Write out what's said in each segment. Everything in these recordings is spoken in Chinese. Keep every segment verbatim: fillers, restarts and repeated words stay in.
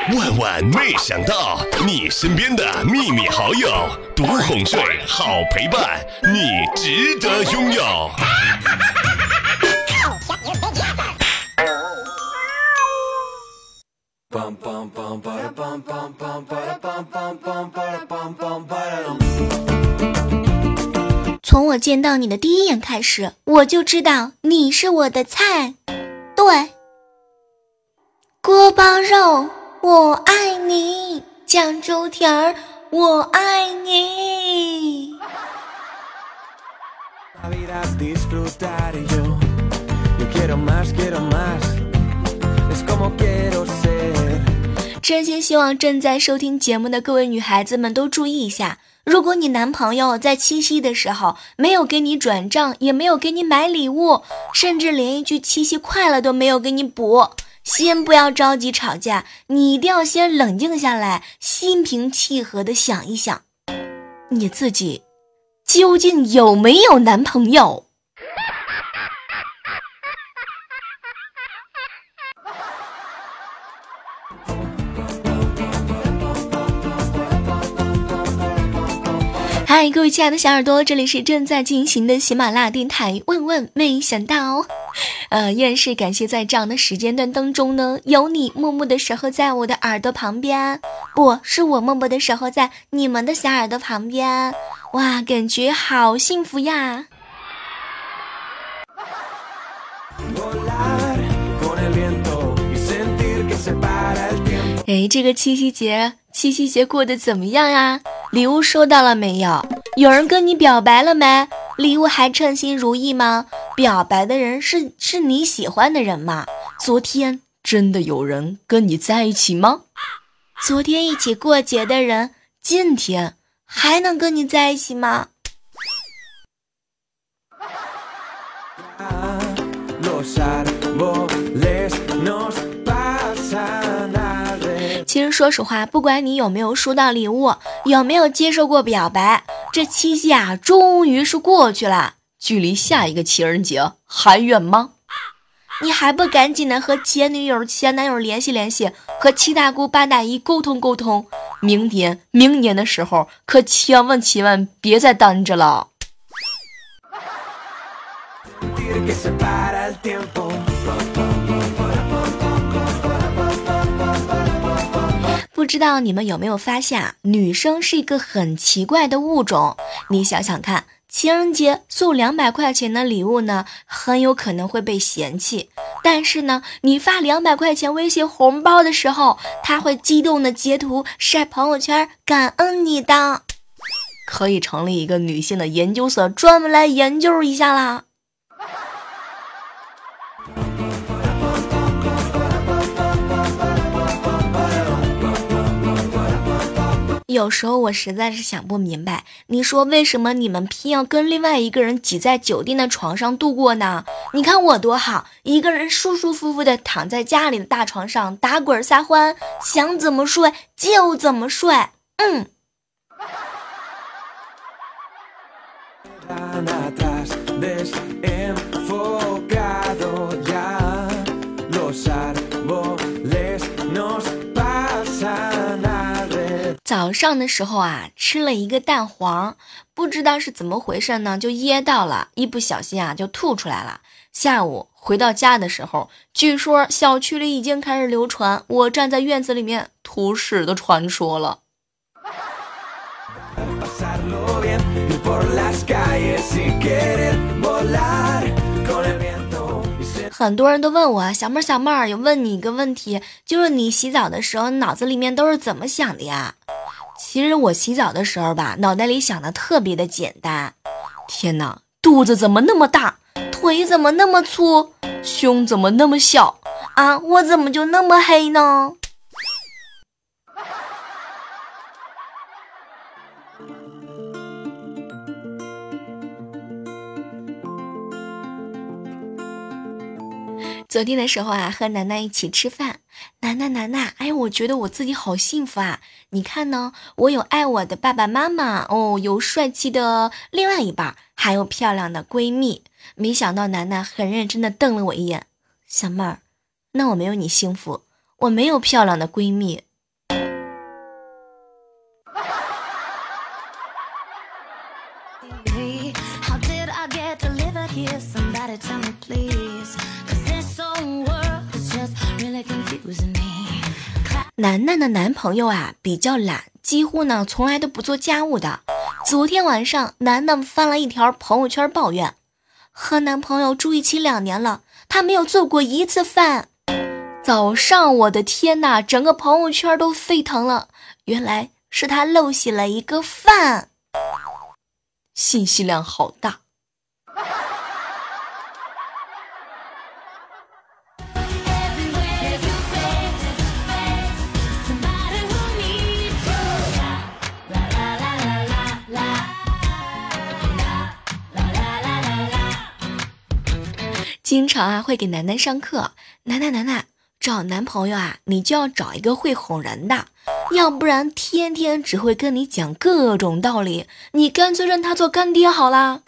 万万没想到，你身边的秘密好友，独哄睡，好陪伴，你值得拥有。 从我见到你的第一眼开始，我就知道你是我的菜。对，锅包肉我爱你，酱猪蹄儿我爱你。真心希望正在收听节目的各位女孩子们都注意一下，如果你男朋友在七夕的时候没有给你转账，也没有给你买礼物，甚至连一句七夕快乐都没有给你补，先不要着急吵架，你一定要先冷静下来，心平气和的想一想，你自己究竟有没有男朋友？嗨，各位亲爱的小耳朵，这里是正在进行的喜马拉雅电台。问问没想到，呃，依然是感谢在这样的时间段当中呢，有你默默的守候在我的耳朵旁边，不是我默默的守候在你们的小耳朵旁边，哇，感觉好幸福呀！哎，这个七夕节，七夕节过得怎么样呀？礼物收到了没有？有人跟你表白了没？礼物还称心如意吗？表白的人是是你喜欢的人吗？昨天真的有人跟你在一起吗？昨天一起过节的人，今天还能跟你在一起吗？其实说实话，不管你有没有收到礼物，有没有接受过表白，这七夕啊终于是过去了，距离下一个情人节还远吗？你还不赶紧的和前女友前男友联系联系，和七大姑八大姨沟通沟通，明年明年的时候可千万千万别再单着了。不知道你们有没有发现啊，女生是一个很奇怪的物种。你想想看，情人节送两百块钱的礼物呢，很有可能会被嫌弃。但是呢，你发两百块钱微信红包的时候，他会激动的截图晒朋友圈，感恩你的。可以成立一个女性的研究所，专门来研究一下啦。有时候我实在是想不明白，你说为什么你们偏要跟另外一个人挤在酒店的床上度过呢？你看我多好，一个人舒舒服服的躺在家里的大床上打滚撒欢，想怎么睡就怎么睡。嗯。早上的时候啊，吃了一个蛋黄，不知道是怎么回事呢，就噎到了，一不小心啊就吐出来了。下午回到家的时候，据说小区里已经开始流传我站在院子里面吐屎的传说了。很多人都问我，小妹儿小妹儿，有问你一个问题，就是你洗澡的时候脑子里面都是怎么想的呀？其实我洗澡的时候吧，脑袋里想的特别的简单。天哪，肚子怎么那么大，腿怎么那么粗，胸怎么那么小啊？我怎么就那么黑呢？昨天的时候啊，和楠楠一起吃饭，楠楠楠楠，哎，我觉得我自己好幸福啊！你看呢，我有爱我的爸爸妈妈哦，有帅气的另外一半，还有漂亮的闺蜜。没想到楠楠很认真的瞪了我一眼，小妹儿，那我没有你幸福，我没有漂亮的闺蜜， 楠楠的男朋友啊比较懒，几乎呢从来都不做家务的。昨天晚上楠楠发了一条朋友圈抱怨，和男朋友住一起两年了，他没有做过一次饭。早上我的天哪，整个朋友圈都沸腾了，原来是他漏洗了一个饭，信息量好大。经常啊会给楠楠上课，楠楠楠楠找男朋友啊，你就要找一个会哄人的，要不然天天只会跟你讲各种道理，你干脆认他做干爹好啦。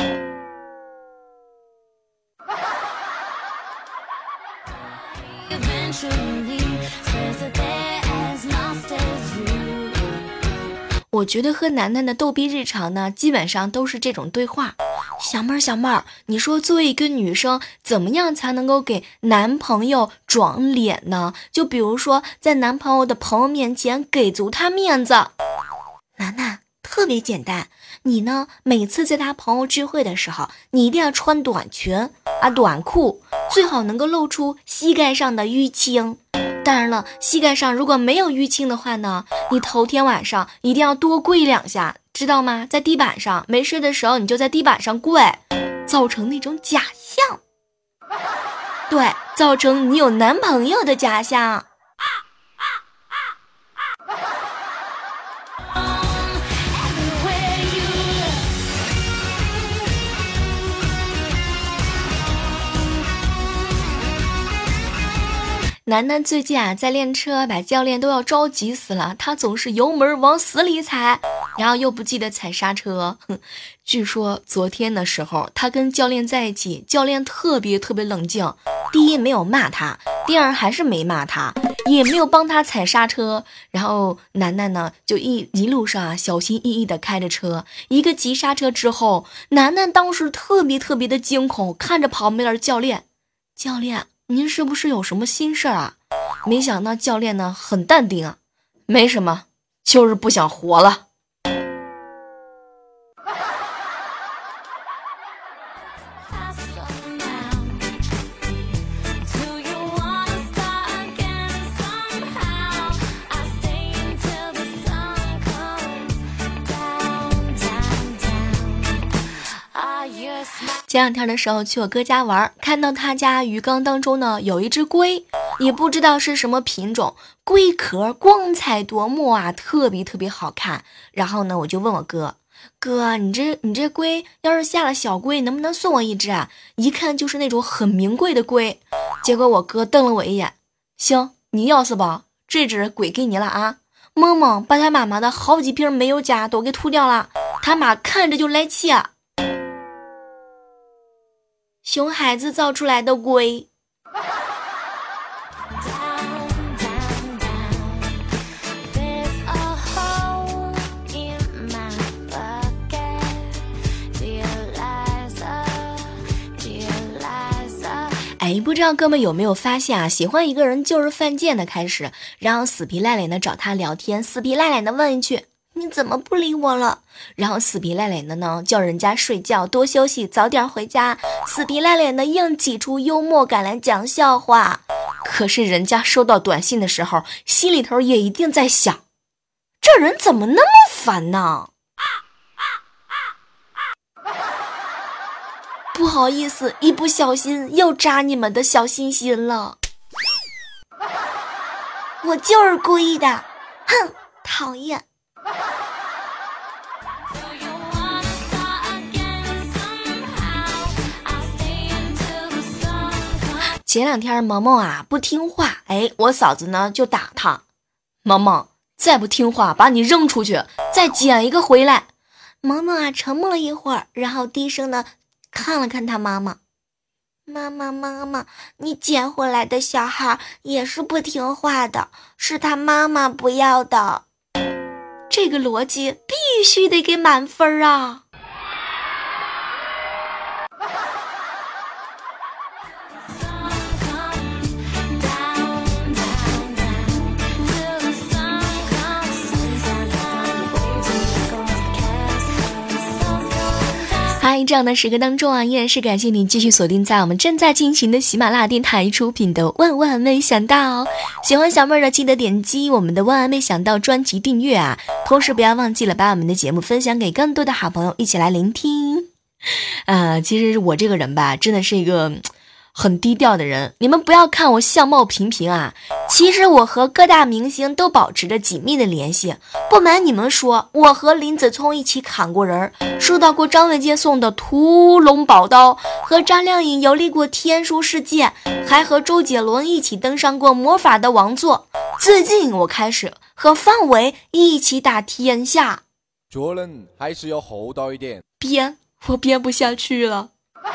我觉得和楠楠的逗逼日常呢，基本上都是这种对话。小妹儿小妹儿，你说作为一个女生，怎么样才能够给男朋友装脸呢？就比如说在男朋友的朋友面前给足他面子。楠楠特别简单，你呢每次在他朋友聚会的时候，你一定要穿短裙啊短裤，最好能够露出膝盖上的淤青。当然了，膝盖上如果没有淤青的话呢，你头天晚上一定要多跪两下，知道吗？在地板上，没睡的时候你就在地板上跪，造成那种假象，对，造成你有男朋友的假象。楠楠最近啊在练车，把教练都要着急死了。他总是油门往死里踩，然后又不记得踩刹车。哼，据说昨天的时候，他跟教练在一起，教练特别特别冷静。第一没有骂他，第二还是没骂他，也没有帮他踩刹车。然后楠楠呢就一一路上啊小心翼翼的开着车，一个急刹车之后，楠楠当时特别特别的惊恐，看着旁边的教练，教练。您是不是有什么心事啊？没想到教练呢很淡定啊，没什么，就是不想活了。前两天的时候去我哥家玩，看到他家鱼缸当中呢有一只龟，也不知道是什么品种，龟壳光彩夺目啊，特别特别好看。然后呢我就问我哥，哥你这你这龟要是下了小龟能不能送我一只啊？一看就是那种很名贵的龟。结果我哥瞪了我一眼，行你要是吧，这只龟给你了啊。萌萌把他妈妈的好几瓶煤油加都给吐掉了，他妈看着就来气啊。熊孩子造出来的龟。哎，不知道哥们有没有发现啊，喜欢一个人就是犯贱的开始，然后死皮赖脸的找他聊天，死皮赖脸的问一句你怎么不理我了？然后死皮赖脸的呢叫人家睡觉多休息早点回家，死皮赖脸的硬挤出幽默感来讲笑话。可是人家收到短信的时候心里头也一定在想，这人怎么那么烦呢？不好意思，一不小心又扎你们的小心心了，我就是故意的，哼，讨厌。前两天萌萌啊不听话，哎，我嫂子呢就打他，萌萌再不听话把你扔出去，再捡一个回来。萌萌啊沉默了一会儿，然后低声的看了看他妈妈，妈妈妈妈，你捡回来的小孩也是不听话的，是他妈妈不要的。这个逻辑必须得给满分啊。 在这样的时刻当中啊，依然是感谢你继续锁定在我们正在进行的喜马拉雅电台出品的万万没想到。喜欢小妹儿的记得点击我们的万万没想到专辑订阅啊，同时不要忘记了把我们的节目分享给更多的好朋友一起来聆听。呃，其实我这个人吧，真的是一个很低调的人，你们不要看我相貌平平啊，其实我和各大明星都保持着紧密的联系。不瞒你们说，我和林子聪一起砍过人，收到过张卫健送的屠龙宝刀，和张靓颖游历过天书世界，还和周杰伦一起登上过魔法的王座。最近我开始和范伟一起打天下。 做人还是要厚道一点， 编我编不下去了。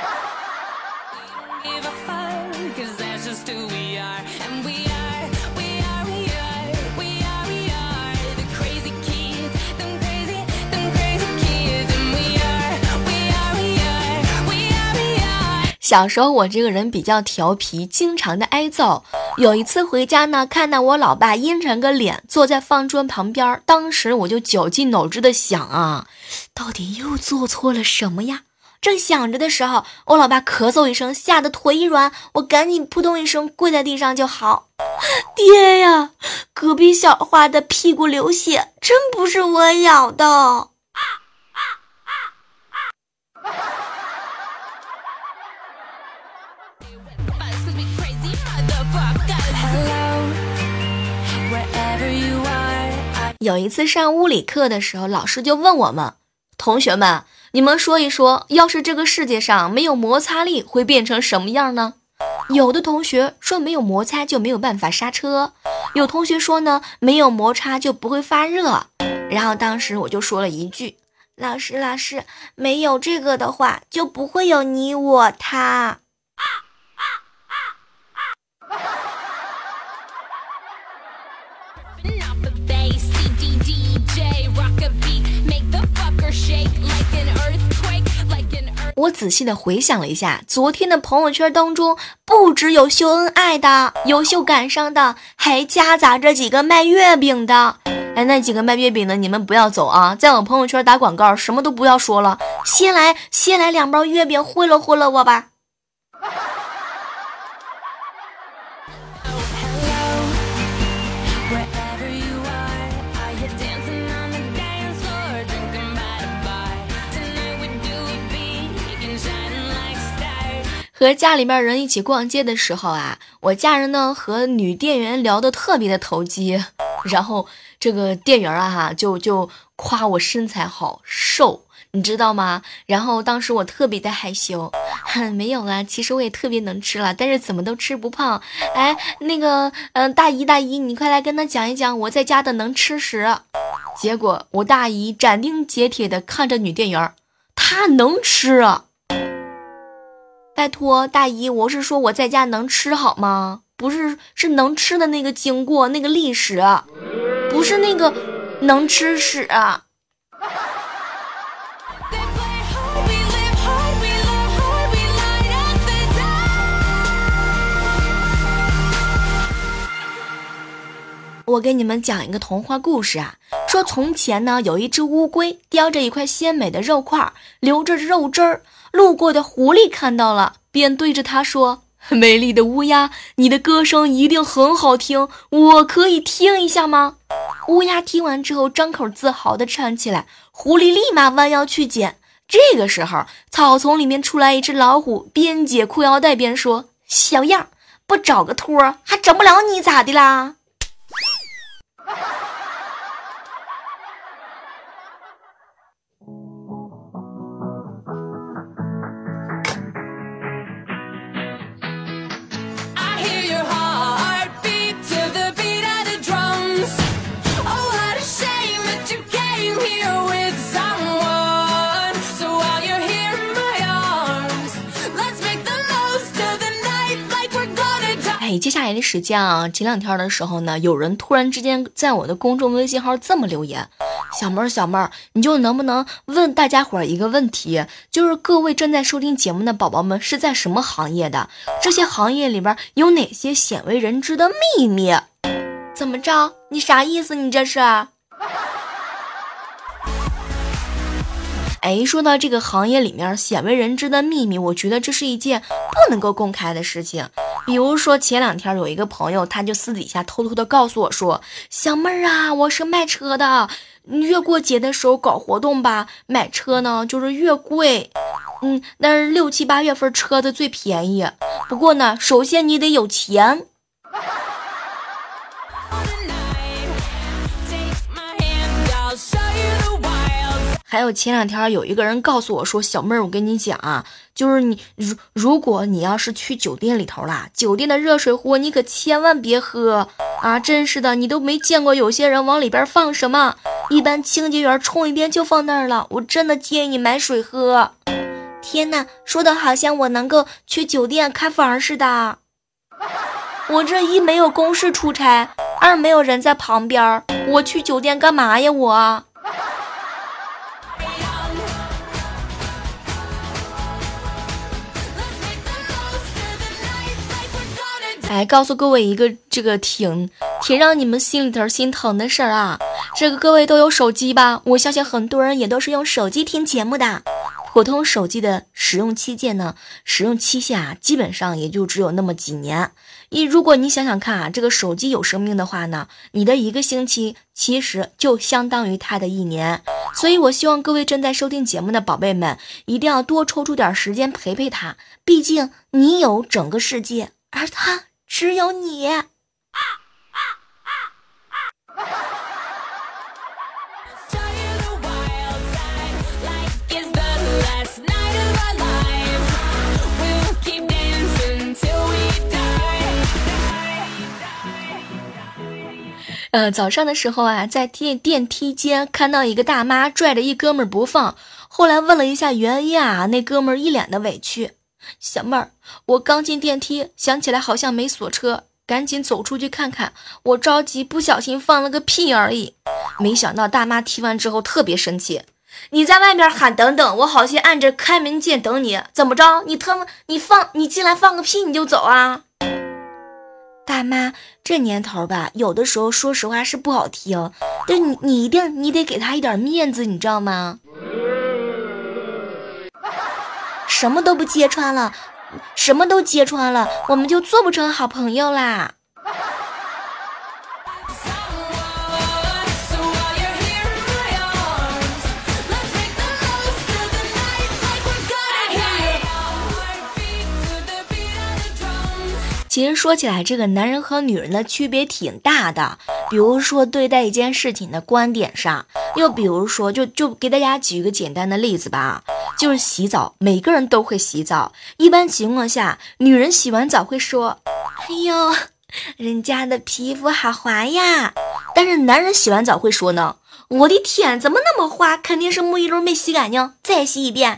小时候我这个人比较调皮，经常的挨揍。有一次回家呢，看到我老爸阴沉个脸坐在饭桌旁边，当时我就绞尽脑汁的想啊，到底又做错了什么呀？正想着的时候，我老爸咳嗽一声，吓得腿一软，我赶紧扑通一声跪在地上就好。爹呀，隔壁小花的屁股流血，真不是我咬的。有一次上物理课的时候，老师就问我们，同学们，你们说一说，要是这个世界上没有摩擦力会变成什么样呢？有的同学说没有摩擦就没有办法刹车，有同学说呢，没有摩擦就不会发热。然后当时我就说了一句，老师老师，没有这个的话就不会有你我他。我仔细的回想了一下，昨天的朋友圈当中，不只有秀恩爱的，有秀感伤的，还夹杂着几个卖月饼的。哎，那几个卖月饼的，你们不要走啊，在我朋友圈打广告，什么都不要说了，先来先来两包月饼，贿赂贿赂我吧。和家里面人一起逛街的时候啊，我家人呢和女店员聊得特别的投机，然后这个店员啊哈就就夸我身材好瘦，你知道吗？然后当时我特别的害羞，哼，没有啦，其实我也特别能吃了，但是怎么都吃不胖。哎，那个嗯、呃，大姨大姨，你快来跟他讲一讲我在家的能吃食。结果我大姨斩钉截铁的看着女店员，她能吃啊。拜托大姨，我是说我在家能吃好吗？不是，是能吃的那个经过，那个历史，不是那个能吃屎啊。我给你们讲一个童话故事啊，说从前呢，有一只乌龟叼着一块鲜美的肉块，流着肉汁儿，路过的狐狸看到了，便对着他说，美丽的乌鸦，你的歌声一定很好听，我可以听一下吗？乌鸦听完之后张口自豪地唱起来，狐狸立马弯腰去捡。这个时候草丛里面出来一只老虎，边解裤腰带边说，小样，不找个托还整不了你咋的啦？接下来的时间啊，前两天的时候呢，有人突然之间在我的公众微信号这么留言，小妹儿小妹儿，你就能不能问大家伙儿一个问题，就是各位正在收听节目的宝宝们是在什么行业的？这些行业里边有哪些鲜为人知的秘密？怎么着？你啥意思？你这是？ 哎，说到这个行业里面鲜为人知的秘密，我觉得这是一件不能够公开的事情。比如说前两天有一个朋友，他就私底下偷偷的告诉我说，小妹儿啊，我是卖车的，越过节的时候搞活动吧，买车呢就是越贵，嗯，但是六七八月份车的最便宜。不过呢，首先你得有钱。还有前两天有一个人告诉我说，小妹儿，我跟你讲啊，就是你如如果你要是去酒店里头啦，酒店的热水壶你可千万别喝啊！真是的，你都没见过有些人往里边放什么，一般清洁员冲一遍就放那儿了。我真的建议你买水喝。天哪，说的好像我能够去酒店开房似的。我这一没有公事出差，二没有人在旁边，我去酒店干嘛呀我？哎，告诉各位一个这个挺挺让你们心里头心疼的事儿啊！这个各位都有手机吧？我相信很多人也都是用手机听节目的。普通手机的使用期限呢，使用期限啊，基本上也就只有那么几年。一如果你想想看啊，这个手机有生命的话呢，你的一个星期其实就相当于它的一年。所以我希望各位正在收听节目的宝贝们，一定要多抽出点时间陪陪他。毕竟你有整个世界，而他只有你。呃，早上的时候啊，在电电梯间看到一个大妈拽着一哥们儿不放，后来问了一下原因啊，那哥们儿一脸的委屈。小妹儿，我刚进电梯，想起来好像没锁车，赶紧走出去看看，我着急不小心放了个屁而已。没想到大妈听完之后特别生气，你在外面喊等等，我好心按着开门键等你，怎么着？你他妈你放你进来放个屁你就走啊？大妈，这年头吧，有的时候说实话是不好听，但你你一定你得给他一点面子，你知道吗？什么都不揭穿了，什么都揭穿了，我们就做不成好朋友啦。其实说起来，这个男人和女人的区别挺大的，比如说对待一件事情的观点上，又比如说就就给大家举一个简单的例子吧，就是洗澡，每个人都会洗澡，一般情况下女人洗完澡会说，哎呦人家的皮肤好滑呀，但是男人洗完澡会说呢，我的天怎么那么滑，肯定是沐浴露没洗干净，再洗一遍。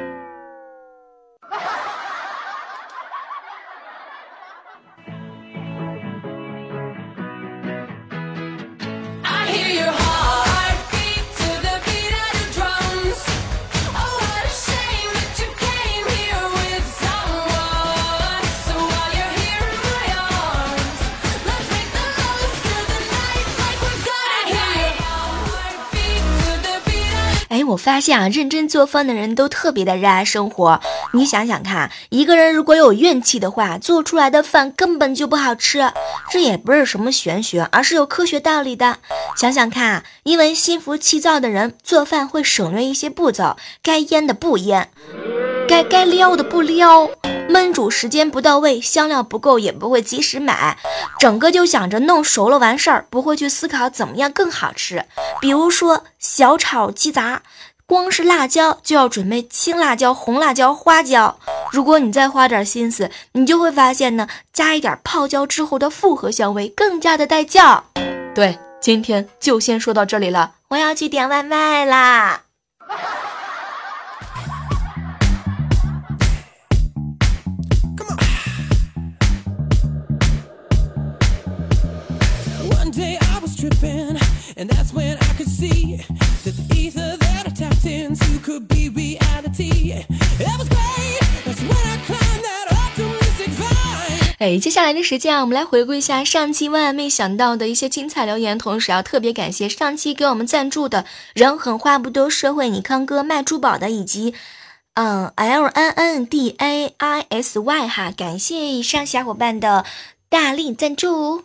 我发现啊，认真做饭的人都特别的热爱生活。你想想看，一个人如果有怨气的话，做出来的饭根本就不好吃。这也不是什么玄学，而是有科学道理的。想想看，因为心浮气躁的人做饭会省略一些步骤，该腌的不腌，该该撩的不撩，焖煮时间不到位，香料不够也不会及时买，整个就想着弄熟了完事儿，不会去思考怎么样更好吃。比如说小炒鸡杂，光是辣椒就要准备青辣椒、红辣椒、花椒。如果你再花点心思，你就会发现呢，加一点泡椒之后的复合香味更加的带劲。对，今天就先说到这里了，我要去点外卖啦。And that's when I could see that the ether that I tapped into could be reality. It was great. That's when I climbed that optimistic vine. 哎， 哎，接下来的时间啊，我们来回顾一下上期万万没想到的一些精彩留言，同时要特别感谢上期给我们赞助的人狠话不多、社会你康哥、卖珠宝的以及嗯 L N N D A I S Y 哈，感谢以上小伙伴的大力赞助。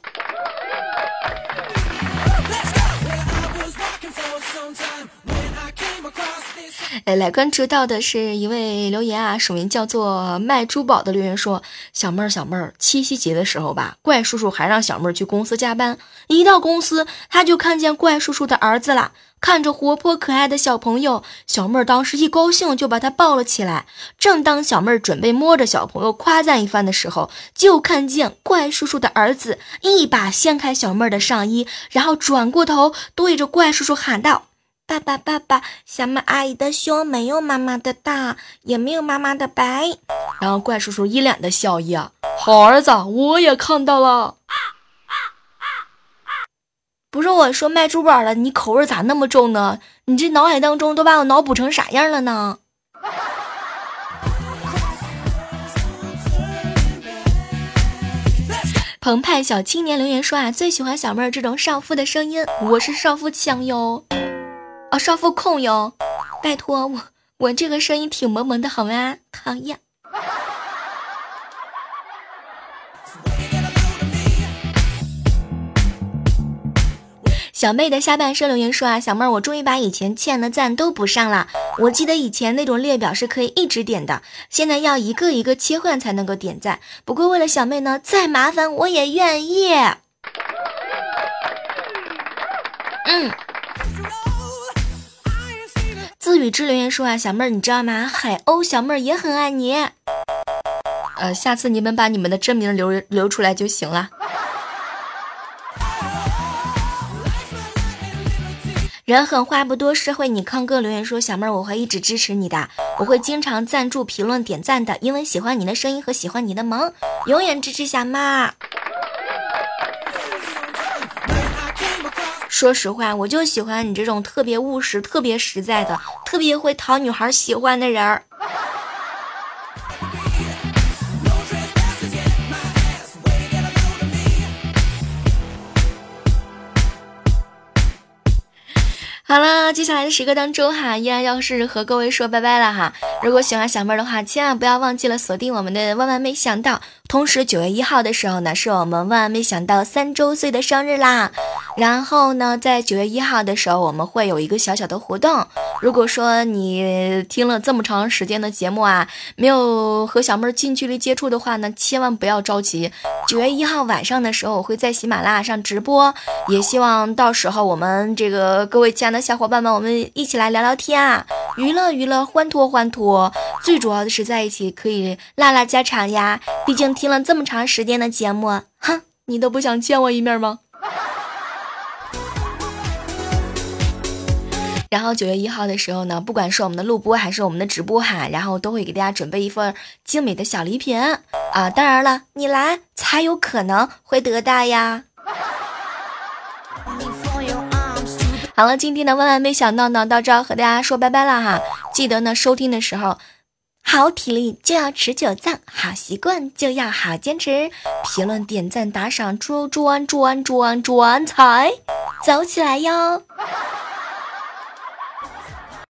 呃，来关注到的是一位留言啊，署名叫做卖珠宝的留言说：小妹儿小妹儿，七夕节的时候吧，怪叔叔还让小妹儿去公司加班，一到公司他就看见怪叔叔的儿子了，看着活泼可爱的小朋友，小妹儿当时一高兴就把他抱了起来。正当小妹儿准备摸着小朋友夸赞一番的时候，就看见怪叔叔的儿子一把掀开小妹儿的上衣，然后转过头对着怪叔叔喊道：爸爸爸爸，小妹阿姨的胸没有妈妈的大，也没有妈妈的白。然后怪叔叔一脸的笑意啊，好儿子，我也看到了。不是我说卖珠宝的，你口味咋那么重呢？你这脑海当中都把我脑补成啥样了呢？澎湃小青年留言说啊，最喜欢小妹儿这种少妇的声音，我是少妇强哟。哦，少妇控哟，拜托我，我这个声音挺萌萌的好吗？讨厌。小妹的下半身留言说啊，小妹儿，我终于把以前欠的赞都补上了。我记得以前那种列表是可以一直点的，现在要一个一个切换才能够点赞。不过为了小妹呢，再麻烦我也愿意。嗯。自语之留言说啊，小妹儿你知道吗？海鸥小妹儿也很爱你。呃，下次你们把你们的真名留留出来就行了。人狠话不多，社会你康哥留言说，小妹儿我会一直支持你的，我会经常赞助评论点赞的，因为喜欢你的声音和喜欢你的萌，永远支持小妹儿。说实话，我就喜欢你这种特别务实、特别实在的、特别会讨女孩喜欢的人儿。好了，接下来的时刻当中哈，依然要是和各位说拜拜了哈。如果喜欢小妹儿的话，千万不要忘记了锁定我们的万万没想到。同时九月一号的时候呢，是我们万万没想到三周岁的生日啦。然后呢，在九月一号的时候，我们会有一个小小的活动。如果说你听了这么长时间的节目啊，没有和小妹儿近距离接触的话呢，千万不要着急。九月一号晚上的时候，我会在喜马拉雅上直播，也希望到时候我们这个各位亲爱的小伙伴们，我们一起来聊聊天啊，娱乐娱乐，欢脱欢脱。最主要的是在一起可以拉拉家常呀。毕竟听了这么长时间的节目，哼，你都不想见我一面吗？然后九月一号的时候呢，不管是我们的录播还是我们的直播哈，然后都会给大家准备一份精美的小礼品啊。当然了，你来才有可能会得到呀。好了，今天的万万没想到呢，到这儿和大家说拜拜了哈。记得呢，收听的时候，好体力就要持久战，好习惯就要好坚持。评论、点赞、打赏、转转转转转财，走起来哟！